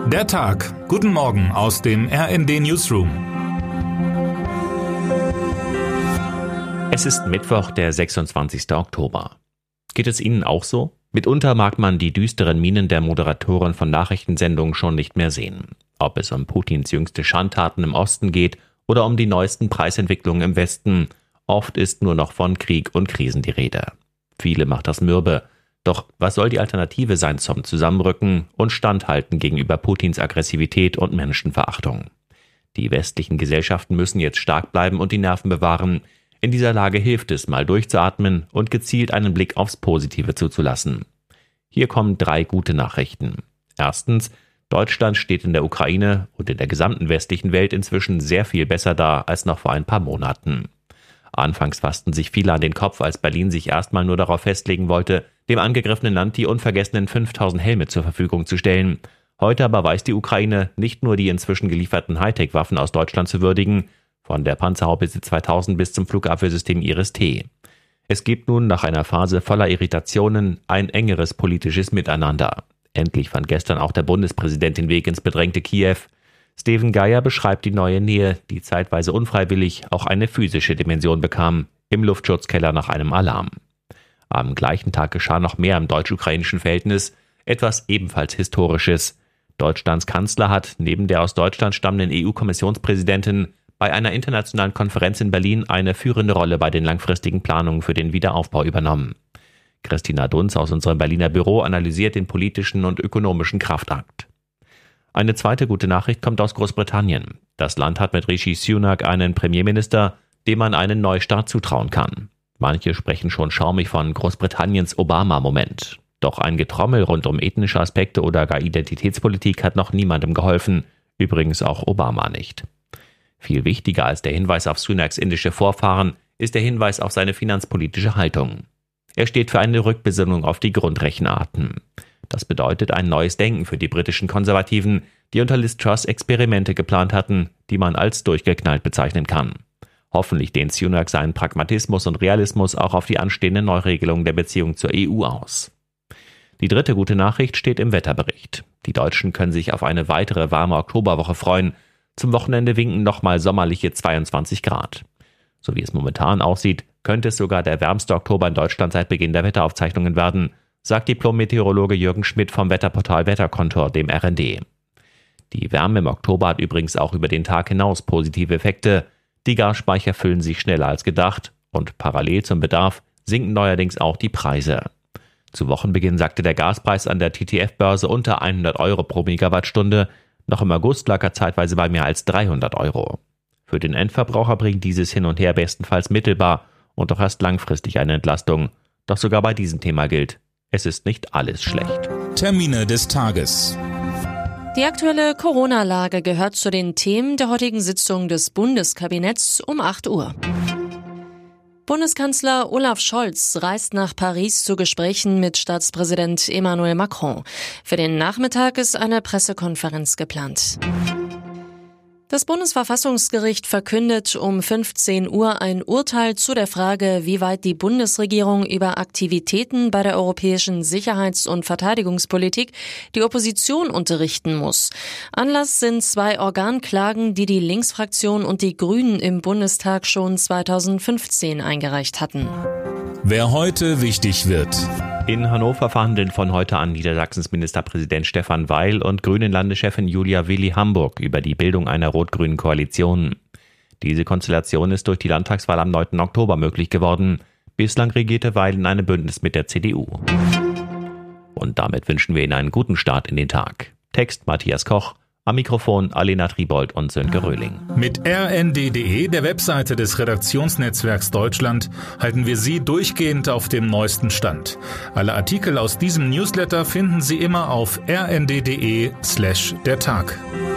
Der Tag. Guten Morgen aus dem RND Newsroom. Es ist Mittwoch, der 26. Oktober. Geht es Ihnen auch so? Mitunter mag man die düsteren Mienen der Moderatoren von Nachrichtensendungen schon nicht mehr sehen. Ob es um Putins jüngste Schandtaten im Osten geht oder um die neuesten Preisentwicklungen im Westen, oft ist nur noch von Krieg und Krisen die Rede. Viele macht das mürbe. Doch was soll die Alternative sein zum Zusammenrücken und Standhalten gegenüber Putins Aggressivität und Menschenverachtung? Die westlichen Gesellschaften müssen jetzt stark bleiben und die Nerven bewahren. In dieser Lage hilft es, mal durchzuatmen und gezielt einen Blick aufs Positive zuzulassen. Hier kommen 3 gute Nachrichten. Erstens, Deutschland steht in der Ukraine und in der gesamten westlichen Welt inzwischen sehr viel besser da als noch vor ein paar Monaten. Anfangs fassten sich viele an den Kopf, als Berlin sich erstmal nur darauf festlegen wollte, dem angegriffenen Land die unvergessenen 5000 Helme zur Verfügung zu stellen. Heute aber weiß die Ukraine, nicht nur die inzwischen gelieferten Hightech-Waffen aus Deutschland zu würdigen, von der Panzerhaubitze 2000 bis zum Flugabwehrsystem Iris-T. Es gibt nun nach einer Phase voller Irritationen ein engeres politisches Miteinander. Endlich fand gestern auch der Bundespräsident den Weg ins bedrängte Kiew. Steven Geier beschreibt die neue Nähe, die zeitweise unfreiwillig auch eine physische Dimension bekam, im Luftschutzkeller nach einem Alarm. Am gleichen Tag geschah noch mehr im deutsch-ukrainischen Verhältnis, etwas ebenfalls Historisches. Deutschlands Kanzler hat neben der aus Deutschland stammenden EU-Kommissionspräsidentin bei einer internationalen Konferenz in Berlin eine führende Rolle bei den langfristigen Planungen für den Wiederaufbau übernommen. Christina Dunz aus unserem Berliner Büro analysiert den politischen und ökonomischen Kraftakt. Eine zweite gute Nachricht kommt aus Großbritannien. Das Land hat mit Rishi Sunak einen Premierminister, dem man einen Neustart zutrauen kann. Manche sprechen schon schaumig von Großbritanniens Obama-Moment. Doch ein Getrommel rund um ethnische Aspekte oder gar Identitätspolitik hat noch niemandem geholfen, übrigens auch Obama nicht. Viel wichtiger als der Hinweis auf Sunaks indische Vorfahren ist der Hinweis auf seine finanzpolitische Haltung. Er steht für eine Rückbesinnung auf die Grundrechenarten. Das bedeutet ein neues Denken für die britischen Konservativen, die unter Liz Truss Experimente geplant hatten, die man als durchgeknallt bezeichnen kann. Hoffentlich dehnt Sunak seinen Pragmatismus und Realismus auch auf die anstehende Neuregelung der Beziehung zur EU aus. Die dritte gute Nachricht steht im Wetterbericht. Die Deutschen können sich auf eine weitere warme Oktoberwoche freuen. Zum Wochenende winken nochmal sommerliche 22 Grad. So wie es momentan aussieht, könnte es sogar der wärmste Oktober in Deutschland seit Beginn der Wetteraufzeichnungen werden, sagt Diplom-Meteorologe Jürgen Schmidt vom Wetterportal Wetterkontor, dem RND. Die Wärme im Oktober hat übrigens auch über den Tag hinaus positive Effekte. Die Gasspeicher füllen sich schneller als gedacht und parallel zum Bedarf sinken neuerdings auch die Preise. Zu Wochenbeginn sagte der Gaspreis an der TTF-Börse unter 100 Euro pro Megawattstunde. Noch im August lag er zeitweise bei mehr als 300 Euro. Für den Endverbraucher bringt dieses Hin und Her bestenfalls mittelbar und auch erst langfristig eine Entlastung. Doch sogar bei diesem Thema gilt: Es ist nicht alles schlecht. Termine des Tages. Die aktuelle Corona-Lage gehört zu den Themen der heutigen Sitzung des Bundeskabinetts um 8 Uhr. Bundeskanzler Olaf Scholz reist nach Paris zu Gesprächen mit Staatspräsident Emmanuel Macron. Für den Nachmittag ist eine Pressekonferenz geplant. Das Bundesverfassungsgericht verkündet um 15 Uhr ein Urteil zu der Frage, wie weit die Bundesregierung über Aktivitäten bei der europäischen Sicherheits- und Verteidigungspolitik die Opposition unterrichten muss. Anlass sind 2 Organklagen, die die Linksfraktion und die Grünen im Bundestag schon 2015 eingereicht hatten. Wer heute wichtig wird. In Hannover verhandeln von heute an Niedersachsens Ministerpräsident Stefan Weil und Grünen-Landeschefin Julia Willi-Hamburg über die Bildung einer rot-grünen Koalition. Diese Konstellation ist durch die Landtagswahl am 9. Oktober möglich geworden. Bislang regierte Weil in einem Bündnis mit der CDU. Und damit wünschen wir Ihnen einen guten Start in den Tag. Text Matthias Koch, am Mikrofon Alena Tribold und Sönke Röhling. Mit rnd.de, der Webseite des Redaktionsnetzwerks Deutschland, halten wir Sie durchgehend auf dem neuesten Stand. Alle Artikel aus diesem Newsletter finden Sie immer auf rnd.de/dertag.